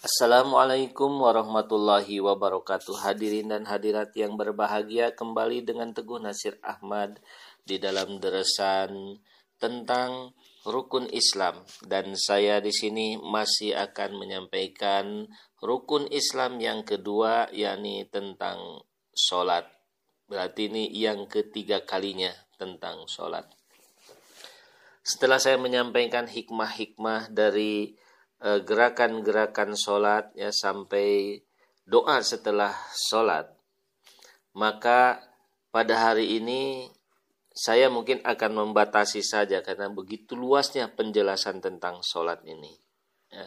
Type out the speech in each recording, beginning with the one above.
Assalamualaikum warahmatullahi wabarakatuh. Hadirin dan hadirat yang berbahagia, kembali dengan Teguh Nasir Ahmad di dalam deresan tentang rukun Islam, dan saya di sini masih akan menyampaikan rukun Islam yang kedua, yakni tentang sholat. Berarti ini yang ketiga kalinya tentang sholat. Setelah saya menyampaikan hikmah-hikmah dari gerakan-gerakan sholat, ya, sampai doa setelah sholat, maka pada hari ini saya mungkin akan membatasi saja karena begitu luasnya penjelasan tentang sholat ini, ya.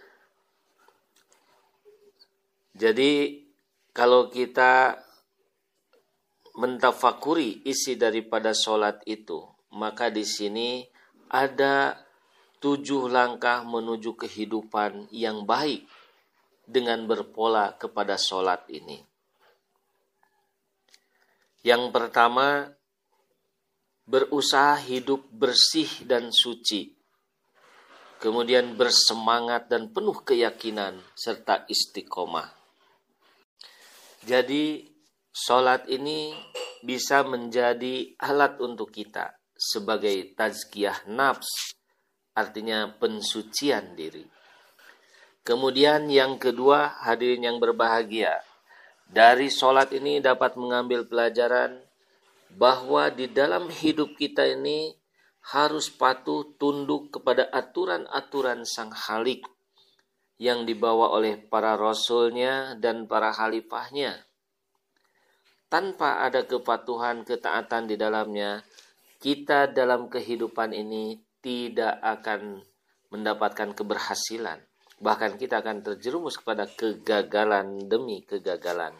Jadi kalau kita mentafakuri isi daripada sholat itu, maka di sini ada 7 langkah menuju kehidupan yang baik dengan berpola kepada sholat ini. Yang pertama, berusaha hidup bersih dan suci, kemudian bersemangat dan penuh keyakinan serta istiqomah. Jadi sholat ini bisa menjadi alat untuk kita sebagai tazkiyah nafs, artinya pensucian diri. Kemudian yang kedua, hadirin yang berbahagia, dari sholat ini dapat mengambil pelajaran bahwa di dalam hidup kita ini harus patuh tunduk kepada aturan-aturan Sang Khalik yang dibawa oleh para rasulnya dan para khalifahnya. Tanpa ada kepatuhan, ketaatan di dalamnya, kita dalam kehidupan ini tidak akan mendapatkan keberhasilan. Bahkan kita akan terjerumus kepada kegagalan demi kegagalan.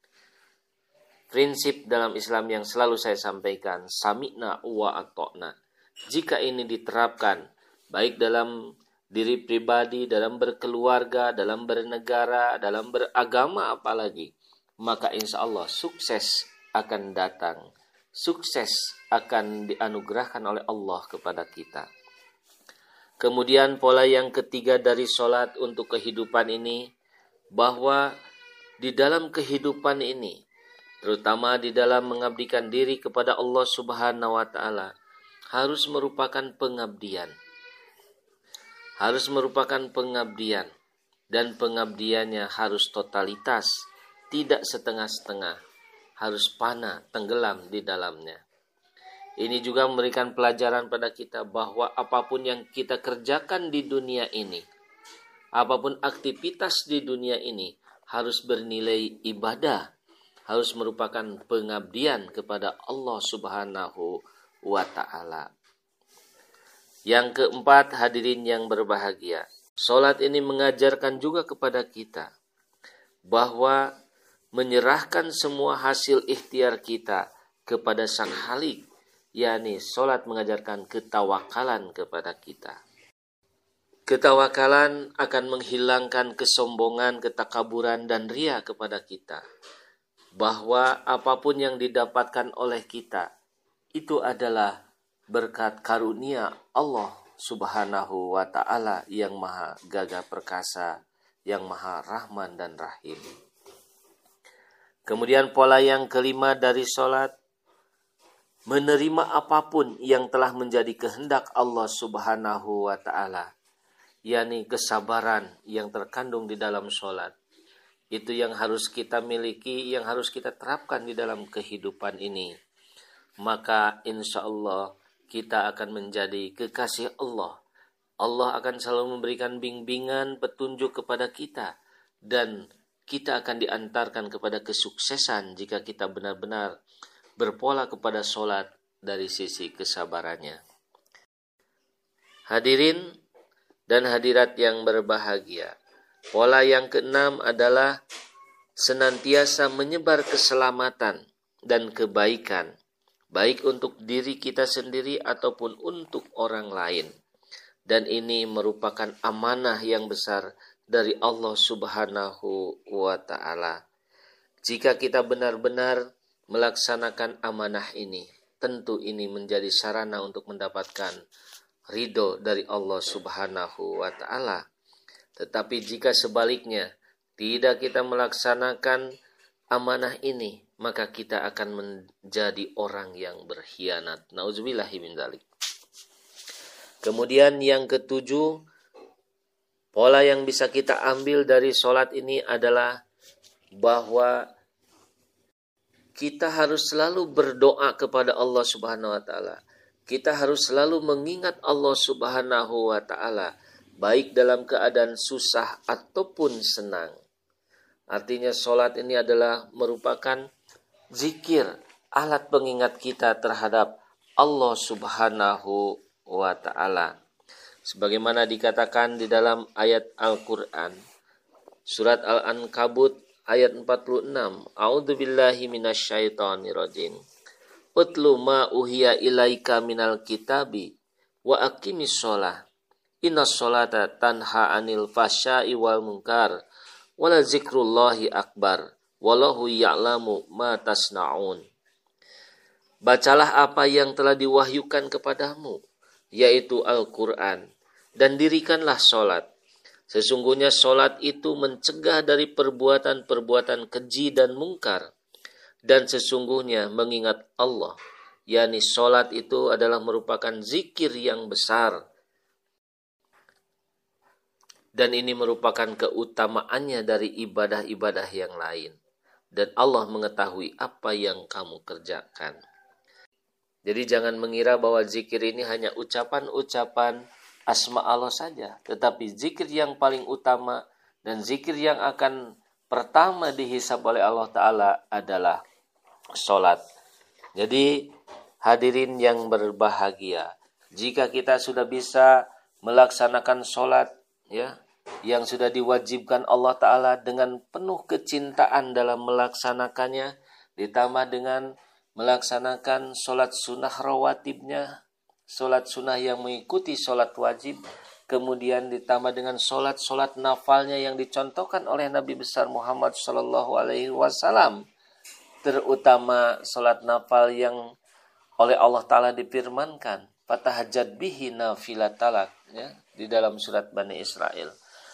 Prinsip dalam Islam yang selalu saya sampaikan, sami'na wa ata'na. Jika ini diterapkan baik dalam diri pribadi, dalam berkeluarga, dalam bernegara, dalam beragama apalagi, maka insya Allah sukses akan datang. Sukses akan dianugerahkan oleh Allah kepada kita. Kemudian pola yang ketiga dari sholat untuk kehidupan ini, bahwa di dalam kehidupan ini, terutama di dalam mengabdikan diri kepada Allah Subhanahu wa Ta'ala, harus merupakan pengabdian. Harus merupakan pengabdian, dan pengabdiannya harus totalitas, tidak setengah-setengah, harus fana, tenggelam di dalamnya. Ini juga memberikan pelajaran pada kita bahwa apapun yang kita kerjakan di dunia ini, apapun aktivitas di dunia ini, harus bernilai ibadah, harus merupakan pengabdian kepada Allah Subhanahu wa Ta'ala. Yang keempat, hadirin yang berbahagia, sholat ini mengajarkan juga kepada kita bahwa menyerahkan semua hasil ikhtiar kita kepada Sang Khalik, yakni sholat mengajarkan ketawakalan kepada kita. Ketawakalan akan menghilangkan kesombongan, ketakaburan, dan ria kepada kita. Bahwa apapun yang didapatkan oleh kita, itu adalah berkat karunia Allah Subhanahu wa Ta'ala yang maha gagah perkasa, yang maha rahman dan rahim. Kemudian pola yang kelima dari sholat, menerima apapun yang telah menjadi kehendak Allah Subhanahu wa Ta'ala, yakni kesabaran yang terkandung di dalam sholat. Itu yang harus kita miliki, yang harus kita terapkan di dalam kehidupan ini. Maka insya Allah kita akan menjadi kekasih Allah. Allah akan selalu memberikan bimbingan, petunjuk kepada kita, dan kita akan diantarkan kepada kesuksesan jika kita benar-benar berpola kepada sholat dari sisi kesabarannya. Hadirin dan hadirat yang berbahagia, pola yang keenam adalah senantiasa menyebar keselamatan dan kebaikan, baik untuk diri kita sendiri ataupun untuk orang lain. Dan ini merupakan amanah yang besar dari Allah Subhanahu wa Ta'ala. Jika kita benar-benar melaksanakan amanah ini, tentu ini menjadi sarana untuk mendapatkan ridho dari Allah Subhanahu wa Ta'ala. Tetapi jika sebaliknya tidak kita melaksanakan amanah ini, maka kita akan menjadi orang yang berkhianat. Nauzubillahi min dzalik. Kemudian yang ketujuh, pola yang bisa kita ambil dari sholat ini adalah bahwa kita harus selalu berdoa kepada Allah Subhanahu wa taala. Kita harus selalu mengingat Allah Subhanahu wa taala, baik dalam keadaan susah ataupun senang. Artinya sholat ini adalah merupakan zikir, alat pengingat kita terhadap Allah Subhanahu wa ta'ala. Sebagaimana dikatakan di dalam ayat Al-Quran, surat Al-Ankabut ayat 46. A'udzubillahi minasyaitonirrajim. Utlu ma uhiya ilaika minal kitabi wa aqimis sholah. Innas sholata tanha anil fasya'i wal munkar. Wala zikrullahi akbar. Wallahu ya'lamu ma tasna'un. Bacalah apa yang telah diwahyukan kepadamu, yaitu Al-Quran, dan dirikanlah sholat. Sesungguhnya sholat itu mencegah dari perbuatan-perbuatan keji dan mungkar. Dan sesungguhnya mengingat Allah, yakni sholat itu adalah merupakan zikir yang besar. Dan ini merupakan keutamaannya dari ibadah-ibadah yang lain. Dan Allah mengetahui apa yang kamu kerjakan. Jadi jangan mengira bahwa zikir ini hanya ucapan-ucapan asma Allah saja. Tetapi zikir yang paling utama dan zikir yang akan pertama dihisab oleh Allah Ta'ala adalah sholat. Jadi hadirin yang berbahagia, jika kita sudah bisa melaksanakan sholat ya, yang sudah diwajibkan Allah Ta'ala dengan penuh kecintaan dalam melaksanakannya, ditambah dengan melaksanakan sholat sunnah rawatibnya, sholat sunnah yang mengikuti sholat wajib, kemudian ditambah dengan sholat nafalnya yang dicontohkan oleh Nabi besar Muhammad Sallallahu Alaihi Wasallam, terutama sholat nafal yang oleh Allah Ta'ala difirmankan, fatahajjad bihi nafilatalak ya, di dalam surat Bani Israel.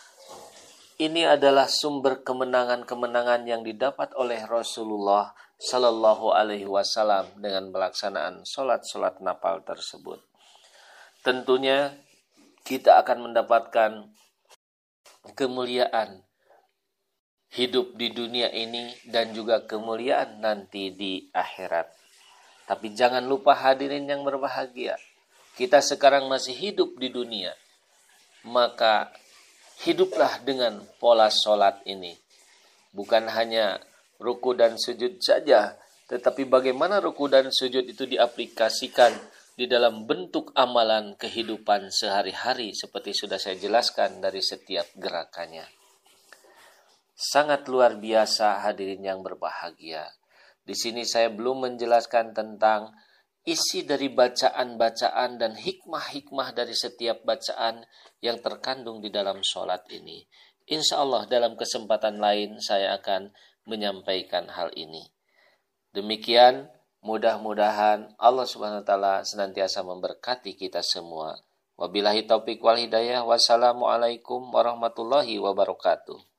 Ini adalah sumber kemenangan-kemenangan yang didapat oleh Rasulullah Sallallahu Alaihi Wasallam dengan pelaksanaan sholat nafal tersebut. Tentunya kita akan mendapatkan kemuliaan hidup di dunia ini dan juga kemuliaan nanti di akhirat. Tapi jangan lupa hadirin yang berbahagia, kita sekarang masih hidup di dunia, maka hiduplah dengan pola sholat ini. Bukan hanya ruku dan sujud saja, tetapi bagaimana ruku dan sujud itu diaplikasikan di dalam bentuk amalan kehidupan sehari-hari seperti sudah saya jelaskan dari setiap gerakannya. Sangat luar biasa hadirin yang berbahagia. Di sini saya belum menjelaskan tentang isi dari bacaan-bacaan dan hikmah-hikmah dari setiap bacaan yang terkandung di dalam sholat ini. Insya Allah dalam kesempatan lain saya akan menyampaikan hal ini. Demikian, mudah-mudahan Allah Subhanahu wa taala senantiasa memberkati kita semua. Wabillahi taufiq wal hidayah. Wassalamualaikum warahmatullahi wabarakatuh.